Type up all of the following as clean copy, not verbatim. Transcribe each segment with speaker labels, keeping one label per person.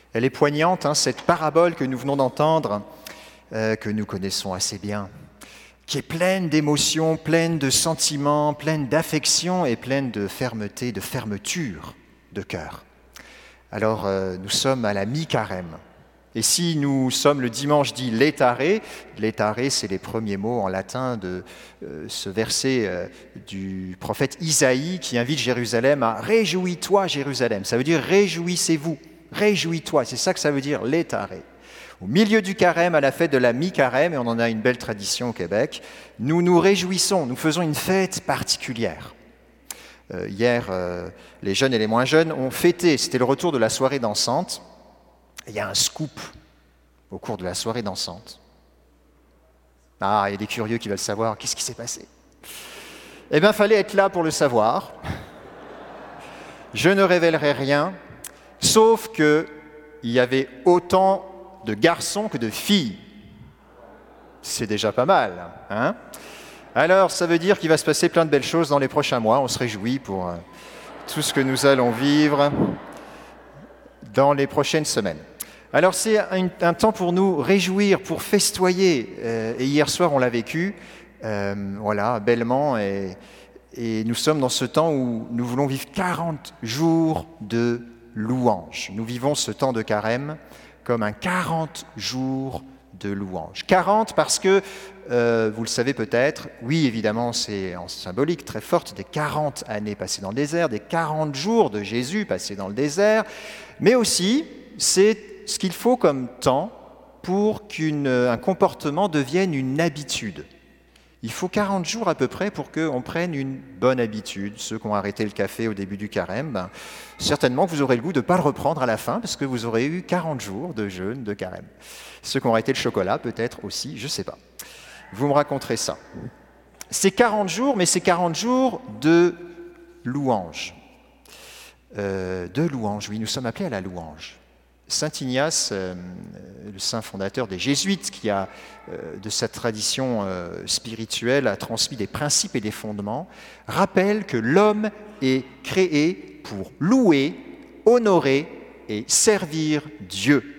Speaker 1: Elle est poignante, cette parabole que nous venons d'entendre, que nous connaissons assez bien, qui est pleine d'émotions, pleine de sentiments, pleine d'affection et pleine de fermeté, de fermeture de cœur. Alors, nous sommes à la mi-carême. Et si nous sommes le dimanche dit Laetare, c'est les premiers mots en latin de ce verset du prophète Isaïe qui invite Jérusalem à « Réjouis-toi Jérusalem ». Ça veut dire « Réjouissez-vous ». Réjouis-toi, c'est ça que ça veut dire, Laetare. Au milieu du carême, à la fête de la mi-carême, et on en a une belle tradition au Québec, nous nous réjouissons, nous faisons une fête particulière. Hier, les jeunes et les moins jeunes ont fêté, c'était le retour de la soirée dansante. Il y a un scoop au cours de la soirée dansante. Ah, il y a des curieux qui veulent savoir qu'est-ce qui s'est passé. Eh bien, il fallait être là pour le savoir. Je ne révélerai rien. Sauf qu'il y avait autant de garçons que de filles. C'est déjà pas mal, hein ? Alors, ça veut dire qu'il va se passer plein de belles choses dans les prochains mois. On se réjouit pour tout ce que nous allons vivre dans les prochaines semaines. Alors, c'est un temps pour nous réjouir, pour festoyer. Et hier soir, on l'a vécu, bellement. Et nous sommes dans ce temps où nous voulons vivre 40 jours de louange. Nous vivons ce temps de carême comme un 40 jours de louange. 40 parce que, vous le savez peut-être, oui évidemment c'est en symbolique très forte, des 40 années passées dans le désert, des 40 jours de Jésus passés dans le désert, mais aussi c'est ce qu'il faut comme temps pour qu'un comportement devienne une habitude. Il faut 40 jours à peu près pour qu'on prenne une bonne habitude. Ceux qui ont arrêté le café au début du carême, certainement que vous aurez le goût de ne pas le reprendre à la fin parce que vous aurez eu 40 jours de jeûne de carême. Ceux qui ont arrêté le chocolat, peut-être aussi, je ne sais pas. Vous me raconterez ça. C'est 40 jours, mais c'est 40 jours de louange. Oui, nous sommes appelés à la louange. Saint Ignace, le saint fondateur des Jésuites, qui a, de sa tradition spirituelle, a transmis des principes et des fondements, rappelle que l'homme est créé pour louer, honorer et servir Dieu.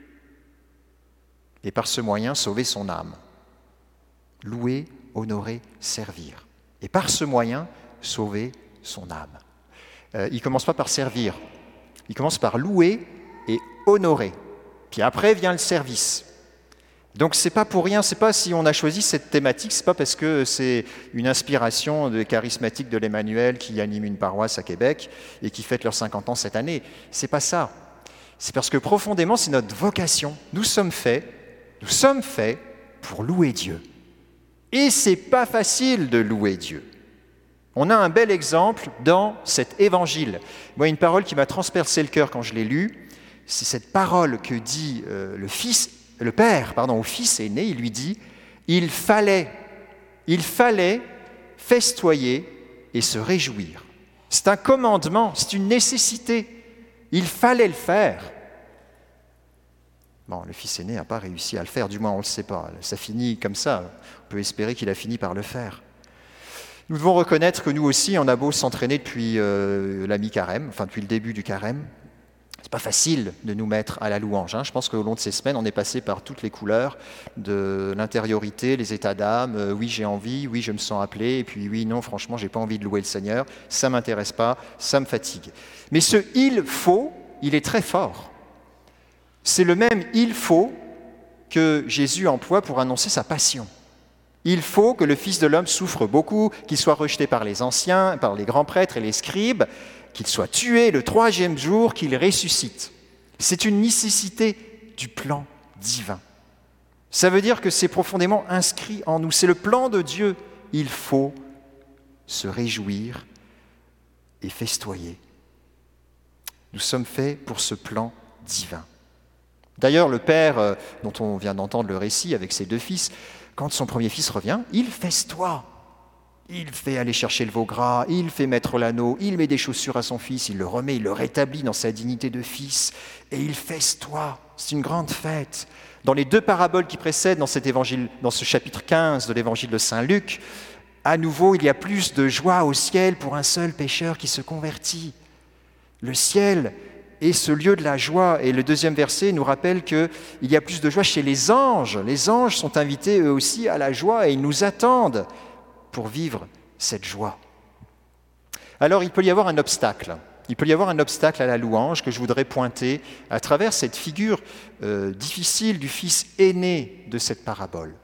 Speaker 1: Et par ce moyen, sauver son âme. Louer, honorer, servir. Et par ce moyen, sauver son âme. Il ne commence pas par servir, il commence par louer et honorer. Puis après vient le service. Donc c'est pas pour rien, c'est pas si on a choisi cette thématique, c'est pas parce que c'est une inspiration des charismatiques de l'Emmanuel qui anime une paroisse à Québec et qui fête leurs 50 ans cette année. C'est pas ça. C'est parce que profondément c'est notre vocation. Nous sommes faits pour louer Dieu. Et c'est pas facile de louer Dieu. On a un bel exemple dans cet évangile. Moi, une parole qui m'a transpercé le cœur quand je l'ai lu, c'est cette parole que dit le Père au Fils aîné. Il lui dit « Il fallait festoyer et se réjouir. » C'est un commandement, c'est une nécessité. Il fallait le faire. Bon, le Fils aîné n'a pas réussi à le faire, du moins on ne le sait pas. Ça finit comme ça, on peut espérer qu'il a fini par le faire. Nous devons reconnaître que nous aussi, on a beau s'entraîner depuis la mi-carême, depuis le début du carême. C'est pas facile de nous mettre à la louange. Je pense qu'au long de ces semaines, on est passé par toutes les couleurs de l'intériorité, les états d'âme. Oui, j'ai envie, oui, je me sens appelé, et puis oui, non, franchement, j'ai pas envie de louer le Seigneur, ça m'intéresse pas, ça me fatigue. Mais ce « il faut », il est très fort. C'est le même « il faut » que Jésus emploie pour annoncer sa passion. Il faut que le Fils de l'homme souffre beaucoup, qu'il soit rejeté par les anciens, par les grands prêtres et les scribes, qu'il soit tué le 3e jour, qu'il ressuscite. C'est une nécessité du plan divin. Ça veut dire que c'est profondément inscrit en nous. C'est le plan de Dieu. Il faut se réjouir et festoyer. Nous sommes faits pour ce plan divin. D'ailleurs, le Père, dont on vient d'entendre le récit avec ses 2 fils, quand son premier fils revient, il festoie. Il fait aller chercher le veau gras, il fait mettre l'anneau, il met des chaussures à son fils, il le remet, il le rétablit dans sa dignité de fils, et il festoie. C'est une grande fête. Dans les 2 paraboles qui précèdent dans cet évangile, dans ce chapitre 15 de l'évangile de Saint Luc, à nouveau, il y a plus de joie au ciel pour un seul pécheur qui se convertit. Le ciel est ce lieu de la joie. Et le deuxième verset nous rappelle qu'il y a plus de joie chez les anges. Les anges sont invités eux aussi à la joie et ils nous attendent pour vivre cette joie. Alors il peut y avoir un obstacle. Il peut y avoir un obstacle à la louange que je voudrais pointer à travers cette figure difficile du fils aîné de cette parabole.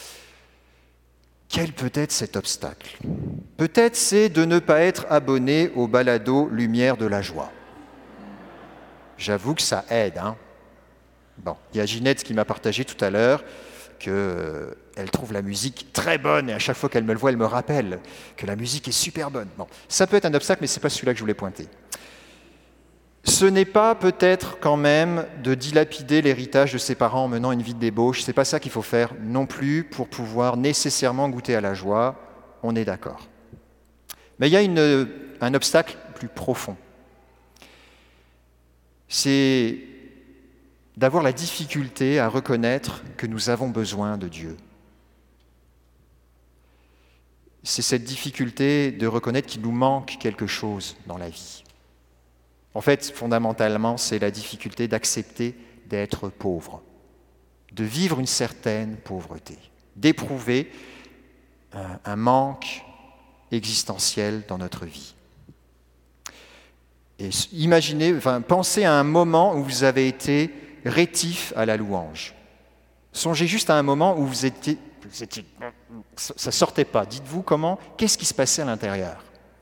Speaker 1: Quel peut être cet obstacle ? Peut-être c'est de ne pas être abonné au balado Lumière de la joie. J'avoue que ça aide. Bon, il y a Ginette qui m'a partagé tout à l'heure qu'elle trouve la musique très bonne et à chaque fois qu'elle me le voit, elle me rappelle que la musique est super bonne. Bon, ça peut être un obstacle, mais ce n'est pas celui-là que je voulais pointer. Ce n'est pas peut-être quand même de dilapider l'héritage de ses parents en menant une vie de débauche. Ce n'est pas ça qu'il faut faire non plus pour pouvoir nécessairement goûter à la joie. On est d'accord. Mais il y a un obstacle plus profond. C'est d'avoir la difficulté à reconnaître que nous avons besoin de Dieu. C'est cette difficulté de reconnaître qu'il nous manque quelque chose dans la vie. En fait, fondamentalement, c'est la difficulté d'accepter d'être pauvre, de vivre une certaine pauvreté, d'éprouver un manque existentiel dans notre vie. Et pensez à un moment où vous avez été rétif à la louange. Songez juste à un moment où ça ne sortait pas. Dites-vous qu'est-ce qui se passait à l'intérieur ?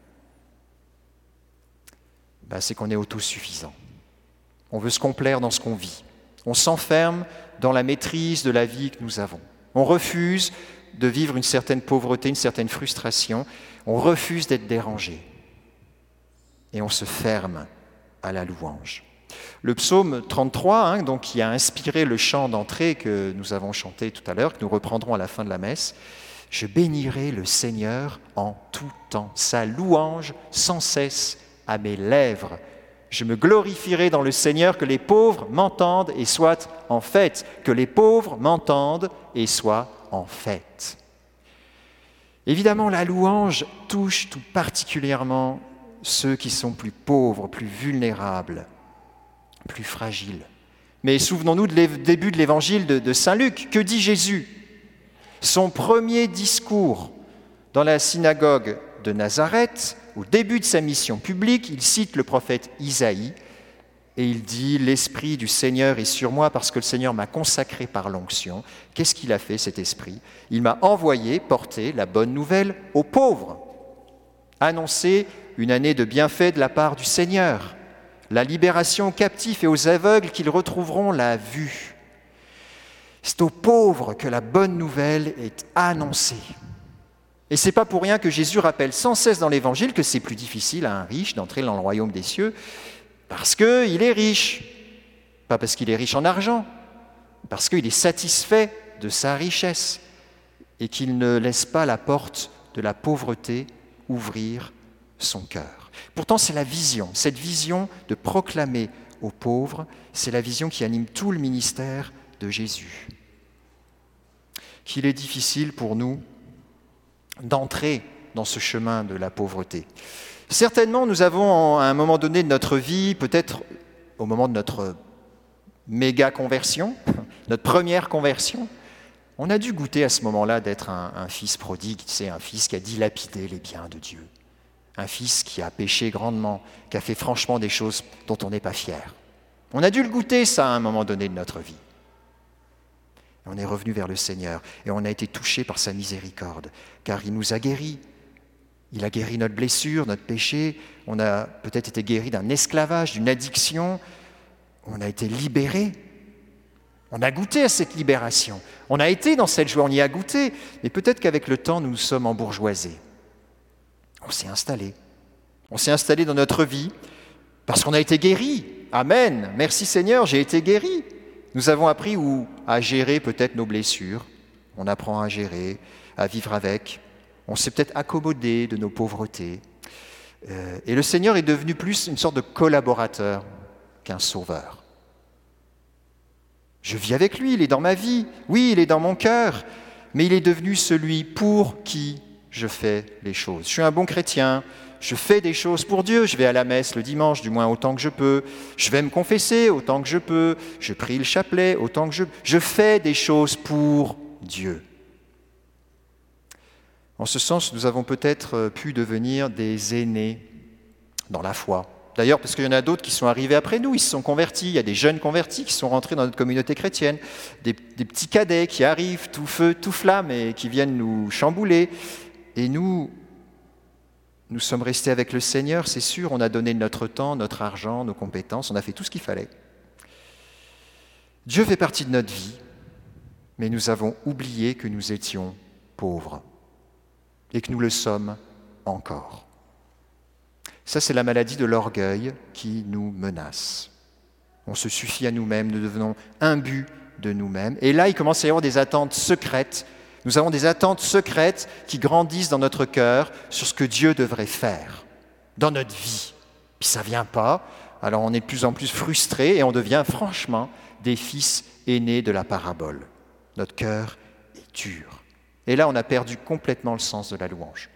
Speaker 1: C'est qu'on est autosuffisant. On veut se complaire dans ce qu'on vit. On s'enferme dans la maîtrise de la vie que nous avons. On refuse de vivre une certaine pauvreté, une certaine frustration. On refuse d'être dérangé. Et on se ferme à la louange. Le psaume 33, qui a inspiré le chant d'entrée que nous avons chanté tout à l'heure, que nous reprendrons à la fin de la messe, « Je bénirai le Seigneur en tout temps, sa louange sans cesse à mes lèvres. Je me glorifierai dans le Seigneur, que les pauvres m'entendent et soient en fête. Que les pauvres m'entendent et soient en fête. » Évidemment, la louange touche tout particulièrement ceux qui sont plus pauvres, plus vulnérables, plus fragiles. Mais souvenons-nous du début de l'évangile de Saint Luc. Que dit Jésus ? Son premier discours dans la synagogue de Nazareth, au début de sa mission publique, il cite le prophète Isaïe et il dit « L'Esprit du Seigneur est sur moi parce que le Seigneur m'a consacré par l'onction. » Qu'est-ce qu'il a fait, cet Esprit ? Il m'a envoyé porter la bonne nouvelle aux pauvres, annoncer une année de bienfaits de la part du Seigneur, la libération aux captifs et aux aveugles qu'ils retrouveront la vue. C'est aux pauvres que la bonne nouvelle est annoncée. Et ce n'est pas pour rien que Jésus rappelle sans cesse dans l'Évangile que c'est plus difficile à un riche d'entrer dans le royaume des cieux parce qu'il est riche, pas parce qu'il est riche en argent, parce qu'il est satisfait de sa richesse et qu'il ne laisse pas la porte de la pauvreté ouvrir son cœur. Pourtant, c'est la vision, cette vision de proclamer aux pauvres, c'est la vision qui anime tout le ministère de Jésus. Qu'il est difficile pour nous d'entrer dans ce chemin de la pauvreté. Certainement, nous avons, à un moment donné de notre vie, peut-être au moment de notre méga conversion, notre première conversion, on a dû goûter à ce moment-là d'être un fils prodigue, un fils qui a dilapidé les biens de Dieu, un fils qui a péché grandement, qui a fait franchement des choses dont on n'est pas fier. On a dû le goûter, ça, à un moment donné de notre vie. On est revenu vers le Seigneur et on a été touché par sa miséricorde, car il nous a guéris. Il a guéri notre blessure, notre péché. On a peut-être été guéris d'un esclavage, d'une addiction. On a été libérés. On a goûté à cette libération. On a été dans cette joie, on y a goûté. Mais peut-être qu'avec le temps, nous nous sommes embourgeoisés. On s'est installé. On s'est installé dans notre vie parce qu'on a été guéris. Amen. Merci Seigneur, j'ai été guéri. Nous avons appris à gérer peut-être nos blessures. On apprend à gérer, à vivre avec. On s'est peut-être accommodé de nos pauvretés. Et le Seigneur est devenu plus une sorte de collaborateur qu'un sauveur. Je vis avec lui, il est dans ma vie. Oui, il est dans mon cœur. Mais il est devenu celui pour qui je fais les choses. Je suis un bon chrétien, je fais des choses pour Dieu. Je vais à la messe le dimanche, du moins autant que je peux. Je vais me confesser autant que je peux. Je prie le chapelet autant que je peux. Je fais des choses pour Dieu. En ce sens, nous avons peut-être pu devenir des aînés dans la foi. D'ailleurs, parce qu'il y en a d'autres qui sont arrivés après nous, ils se sont convertis. Il y a des jeunes convertis qui sont rentrés dans notre communauté chrétienne, des petits cadets qui arrivent tout feu, tout flamme et qui viennent nous chambouler. Et nous sommes restés avec le Seigneur, c'est sûr, on a donné notre temps, notre argent, nos compétences, on a fait tout ce qu'il fallait. Dieu fait partie de notre vie, mais nous avons oublié que nous étions pauvres et que nous le sommes encore. Ça, c'est la maladie de l'orgueil qui nous menace. On se suffit à nous-mêmes, nous devenons imbus de nous-mêmes. Et là, il commence à y avoir des attentes secrètes. Nous avons des attentes secrètes qui grandissent dans notre cœur sur ce que Dieu devrait faire dans notre vie. Puis ça ne vient pas, alors on est de plus en plus frustré et on devient franchement des fils aînés de la parabole. Notre cœur est dur. Et là, on a perdu complètement le sens de la louange.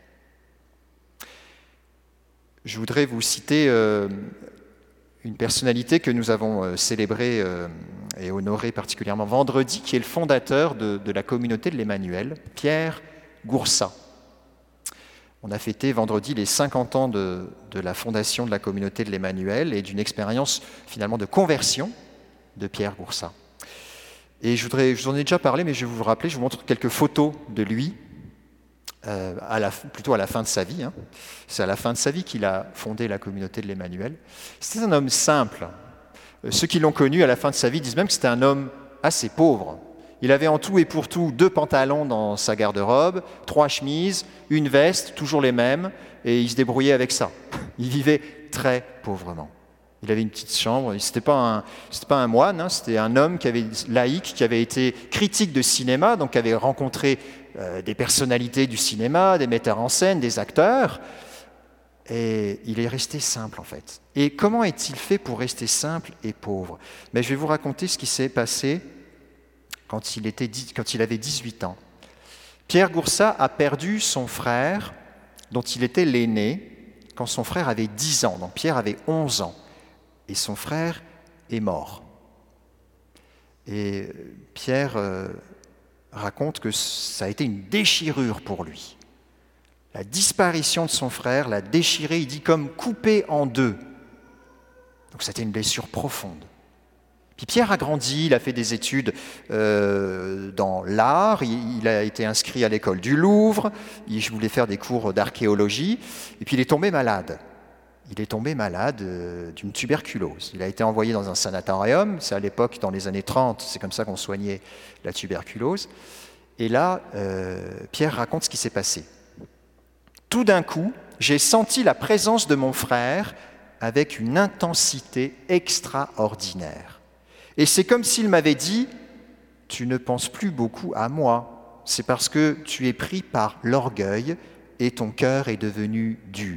Speaker 1: Je voudrais vous citer une personnalité que nous avons célébrée et honorée particulièrement vendredi, qui est le fondateur de la communauté de l'Emmanuel, Pierre Goursat. On a fêté vendredi les 50 ans de la fondation de la communauté de l'Emmanuel et d'une expérience finalement de conversion de Pierre Goursat. Et je vous en ai déjà parlé, mais je vais vous rappeler, je vous montre quelques photos de lui, plutôt à la fin de sa vie. C'est à la fin de sa vie qu'il a fondé la communauté de l'Emmanuel. C'était un homme simple. Ceux qui l'ont connu à la fin de sa vie disent même que c'était un homme assez pauvre. Il avait en tout et pour tout 2 pantalons dans sa garde-robe, 3 chemises, une veste, toujours les mêmes, et il se débrouillait avec ça. Il vivait très pauvrement. Il avait une petite chambre, c'était pas un moine, c'était un homme laïque qui avait été critique de cinéma, donc qui avait rencontré des personnalités du cinéma, des metteurs en scène, des acteurs, et il est resté simple en fait. Et comment est-il fait pour rester simple et pauvre ? Mais je vais vous raconter ce qui s'est passé quand il avait 18 ans. Pierre Goursat a perdu son frère, dont il était l'aîné, quand son frère avait 10 ans, donc Pierre avait 11 ans. Et son frère est mort. Et Pierre raconte que ça a été une déchirure pour lui. La disparition de son frère l'a déchiré, il dit, comme coupé en 2. Donc c'était une blessure profonde. Puis Pierre a grandi, il a fait des études dans l'art, il a été inscrit à l'école du Louvre, il voulait faire des cours d'archéologie, et puis il est tombé malade. Il est tombé malade d'une tuberculose. Il a été envoyé dans un sanatorium, c'est à l'époque, dans les années 30, c'est comme ça qu'on soignait la tuberculose. Et là, Pierre raconte ce qui s'est passé. Tout d'un coup, j'ai senti la présence de mon frère avec une intensité extraordinaire. Et c'est comme s'il m'avait dit « Tu ne penses plus beaucoup à moi, c'est parce que tu es pris par l'orgueil et ton cœur est devenu dur. »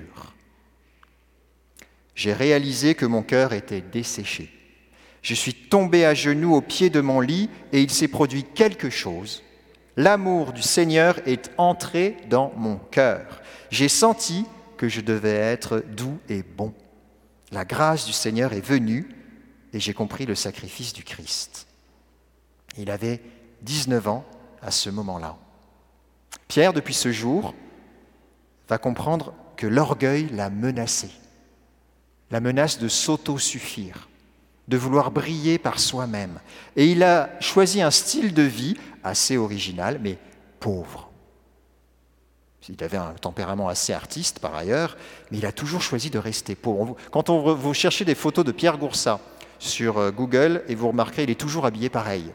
Speaker 1: J'ai réalisé que mon cœur était desséché. Je suis tombé à genoux au pied de mon lit et il s'est produit quelque chose. L'amour du Seigneur est entré dans mon cœur. J'ai senti que je devais être doux et bon. La grâce du Seigneur est venue et j'ai compris le sacrifice du Christ. Il avait 19 ans à ce moment-là. Pierre, depuis ce jour, va comprendre que l'orgueil l'a menacé. La menace de s'auto-suffire, de vouloir briller par soi-même. Et il a choisi un style de vie assez original, mais pauvre. Il avait un tempérament assez artiste par ailleurs, mais il a toujours choisi de rester pauvre. Quand vous cherchez des photos de Pierre Goursat sur Google, et vous remarquerez, il est toujours habillé pareil.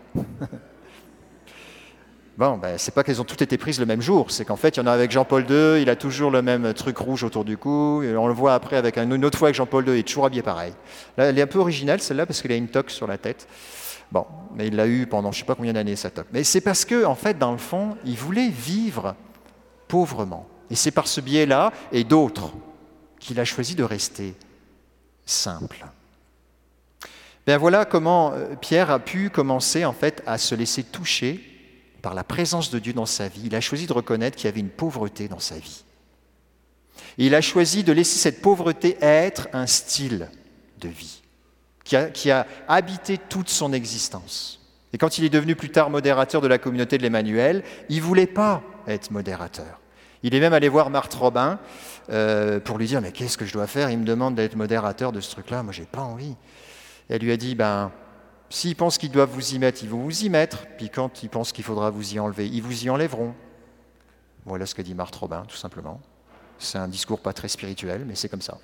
Speaker 1: Bon, c'est pas qu'elles ont toutes été prises le même jour, c'est qu'en fait, il y en a avec Jean-Paul II, il a toujours le même truc rouge autour du cou, et on le voit après avec une autre fois avec Jean-Paul II, il est toujours habillé pareil. Là, elle est un peu originale, celle-là, parce qu'il a une toque sur la tête. Bon, mais il l'a eu pendant je ne sais pas combien d'années, sa toque. Mais c'est parce que, en fait, dans le fond, il voulait vivre pauvrement. Et c'est par ce biais-là, et d'autres, qu'il a choisi de rester simple. Bien voilà comment Pierre a pu commencer, en fait, à se laisser toucher par la présence de Dieu dans sa vie. Il a choisi de reconnaître qu'il y avait une pauvreté dans sa vie. Et il a choisi de laisser cette pauvreté être un style de vie qui a habité toute son existence. Et quand il est devenu plus tard modérateur de la communauté de l'Emmanuel, il ne voulait pas être modérateur. Il est même allé voir Marthe Robin pour lui dire « Mais qu'est-ce que je dois faire ? Il me demande d'être modérateur de ce truc-là, moi je n'ai pas envie. » Et elle lui a dit « S'ils pensent qu'ils doivent vous y mettre, ils vont vous y mettre. Puis quand ils pensent qu'il faudra vous y enlever, ils vous y enlèveront. » Voilà ce que dit Marthe Robin, tout simplement. C'est un discours pas très spirituel, mais c'est comme ça.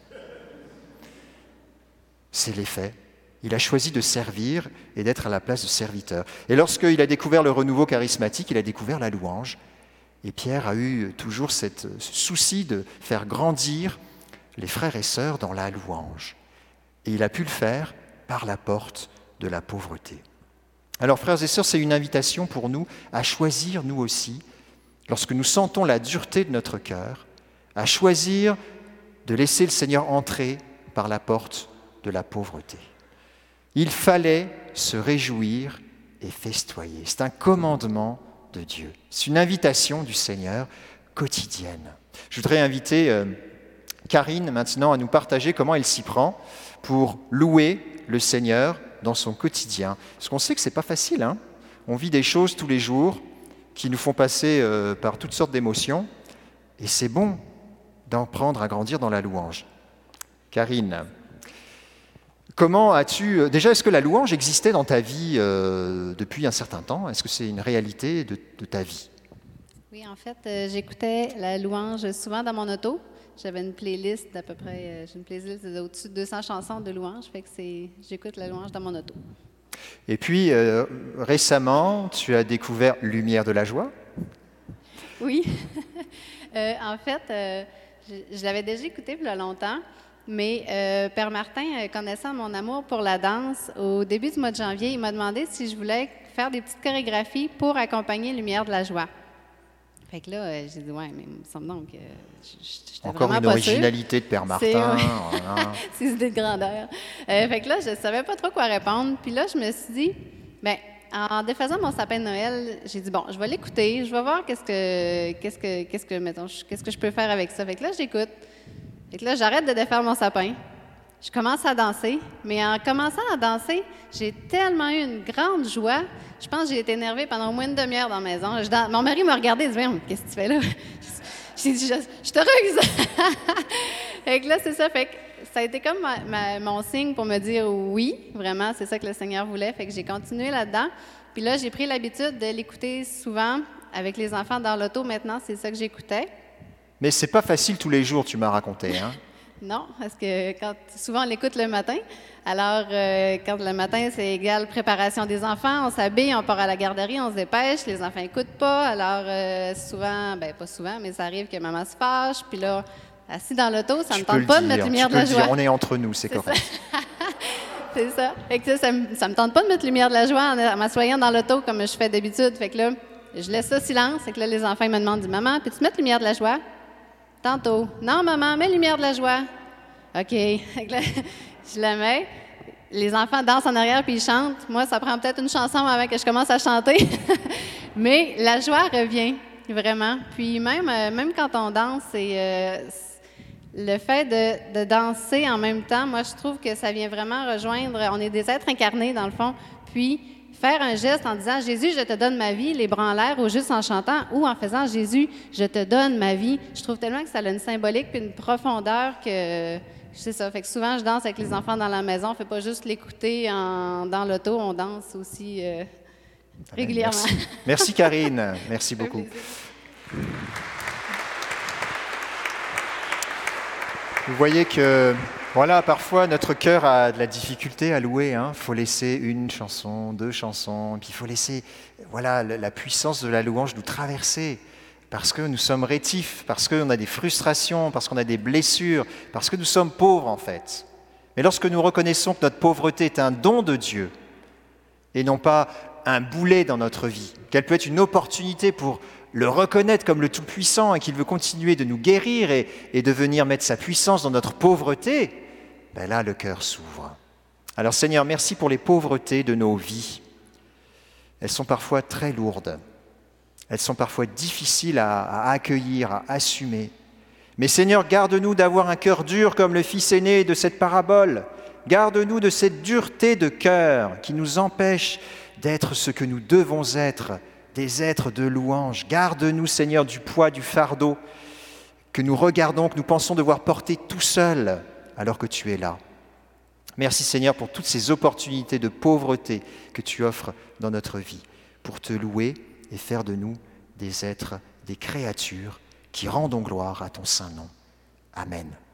Speaker 1: C'est les faits. Il a choisi de servir et d'être à la place de serviteur. Et lorsqu'il a découvert le renouveau charismatique, il a découvert la louange. Et Pierre a eu toujours ce souci de faire grandir les frères et sœurs dans la louange. Et il a pu le faire par la porte de la pauvreté. Alors, frères et sœurs, c'est une invitation pour nous à choisir, nous aussi, lorsque nous sentons la dureté de notre cœur, à choisir de laisser le Seigneur entrer par la porte de la pauvreté. Il fallait se réjouir et festoyer. C'est un commandement de Dieu. C'est une invitation du Seigneur quotidienne. Je voudrais inviter Karine maintenant à nous partager comment elle s'y prend pour louer le Seigneur dans son quotidien. Parce qu'on sait que ce n'est pas facile, hein ? On vit des choses tous les jours qui nous font passer par toutes sortes d'émotions et c'est bon d'en prendre à grandir dans la louange. Karine, comment as-tu... Déjà, est-ce que la louange existait dans ta vie depuis un certain temps ? Est-ce que c'est une réalité de ta vie ?
Speaker 2: Oui, en fait, j'écoutais la louange souvent dans mon auto. J'avais une playlist d'à peu près, j'ai une playlist d'au-dessus de 200 chansons de louange, fait que j'écoute la louange dans mon auto.
Speaker 1: Et puis, récemment, tu as découvert Lumière de la joie ?
Speaker 2: Oui. En fait, je l'avais déjà écouté il y a longtemps, mais Père Martin, connaissant mon amour pour la danse, au début du mois de janvier, il m'a demandé si je voulais faire des petites chorégraphies pour accompagner Lumière de la joie. Fait que là, j'ai dit, ouais, mais il me semble donc que j'étais
Speaker 1: encore
Speaker 2: vraiment
Speaker 1: une
Speaker 2: pas
Speaker 1: originalité de Père Martin. Voilà.
Speaker 2: Ces idées de grandeur. Fait que là, je ne savais pas trop quoi répondre. Puis là, je me suis dit, bien, en défaisant mon sapin de Noël, j'ai dit, bon, je vais l'écouter, je vais voir qu'est-ce que je peux faire avec ça. Fait que là, j'écoute. Fait que là, j'arrête de défaire mon sapin. Je commence à danser, mais en commençant à danser, j'ai tellement eu une grande joie. Je pense que j'ai été énervée pendant au moins une demi-heure dans la maison. Mon mari m'a regardé et dit « Qu'est-ce que tu fais là? » J'ai dit « Je te ruse! » Fait que là, c'est ça. Fait que ça a été comme mon signe pour me dire oui, vraiment, c'est ça que le Seigneur voulait. Fait que j'ai continué là-dedans. Puis là, j'ai pris l'habitude de l'écouter souvent avec les enfants dans l'auto. Maintenant, c'est ça que j'écoutais.
Speaker 1: Mais c'est pas facile tous les jours, tu m'as raconté, hein?
Speaker 2: Non, parce que souvent on l'écoute le matin. Alors, quand le matin, c'est égal préparation des enfants, on s'habille, on part à la garderie, on se dépêche, les enfants n'écoutent pas. Alors, souvent, pas souvent, mais ça arrive que maman se fâche. Puis là, assis dans l'auto, ça ne me tente pas de mettre Lumière de la joie.
Speaker 1: On est entre nous, c'est correct.
Speaker 2: C'est ça. Fait que ça me tente pas de mettre Lumière de la joie en m'assoyant dans l'auto comme je fais d'habitude. Fait que là, je laisse ça silence. Fait que là, les enfants ils me demandent, maman, peux-tu mettre Lumière de la joie? Tantôt. Non, maman, mets Lumière de la joie. OK. Là, je la mets. Les enfants dansent en arrière puis ils chantent. Moi, ça prend peut-être une chanson avant que je commence à chanter. Mais la joie revient, vraiment. Puis même quand on danse, le fait de danser en même temps, moi, je trouve que ça vient vraiment rejoindre... On est des êtres incarnés, dans le fond. Puis faire un geste en disant « Jésus, je te donne ma vie », les bras en l'air, ou juste en chantant, ou en faisant « Jésus, je te donne ma vie ». Je trouve tellement que ça a une symbolique puis une profondeur que... C'est ça. Fait que souvent, je danse avec les enfants dans la maison. On ne fait pas juste l'écouter dans l'auto, on danse aussi régulièrement.
Speaker 1: Merci Karine. Merci beaucoup. Vous voyez que, voilà, parfois notre cœur a de la difficulté à louer. Il faut laisser une chanson, deux chansons, et puis il faut laisser la puissance de la louange nous traverser. Parce que nous sommes rétifs, parce qu'on a des frustrations, parce qu'on a des blessures, parce que nous sommes pauvres en fait. Mais lorsque nous reconnaissons que notre pauvreté est un don de Dieu et non pas un boulet dans notre vie, qu'elle peut être une opportunité pour le reconnaître comme le Tout-Puissant et qu'il veut continuer de nous guérir et de venir mettre sa puissance dans notre pauvreté, là le cœur s'ouvre. Alors Seigneur, merci pour les pauvretés de nos vies. Elles sont parfois très lourdes. Elles sont parfois difficiles à accueillir, à assumer. Mais Seigneur, garde-nous d'avoir un cœur dur comme le fils aîné de cette parabole. Garde-nous de cette dureté de cœur qui nous empêche d'être ce que nous devons être, des êtres de louange. Garde-nous, Seigneur, du poids du fardeau que nous regardons, que nous pensons devoir porter tout seul alors que tu es là. Merci, Seigneur, pour toutes ces opportunités de pauvreté que tu offres dans notre vie, pour te louer et faire de nous des êtres, des créatures qui rendons gloire à ton saint nom. Amen.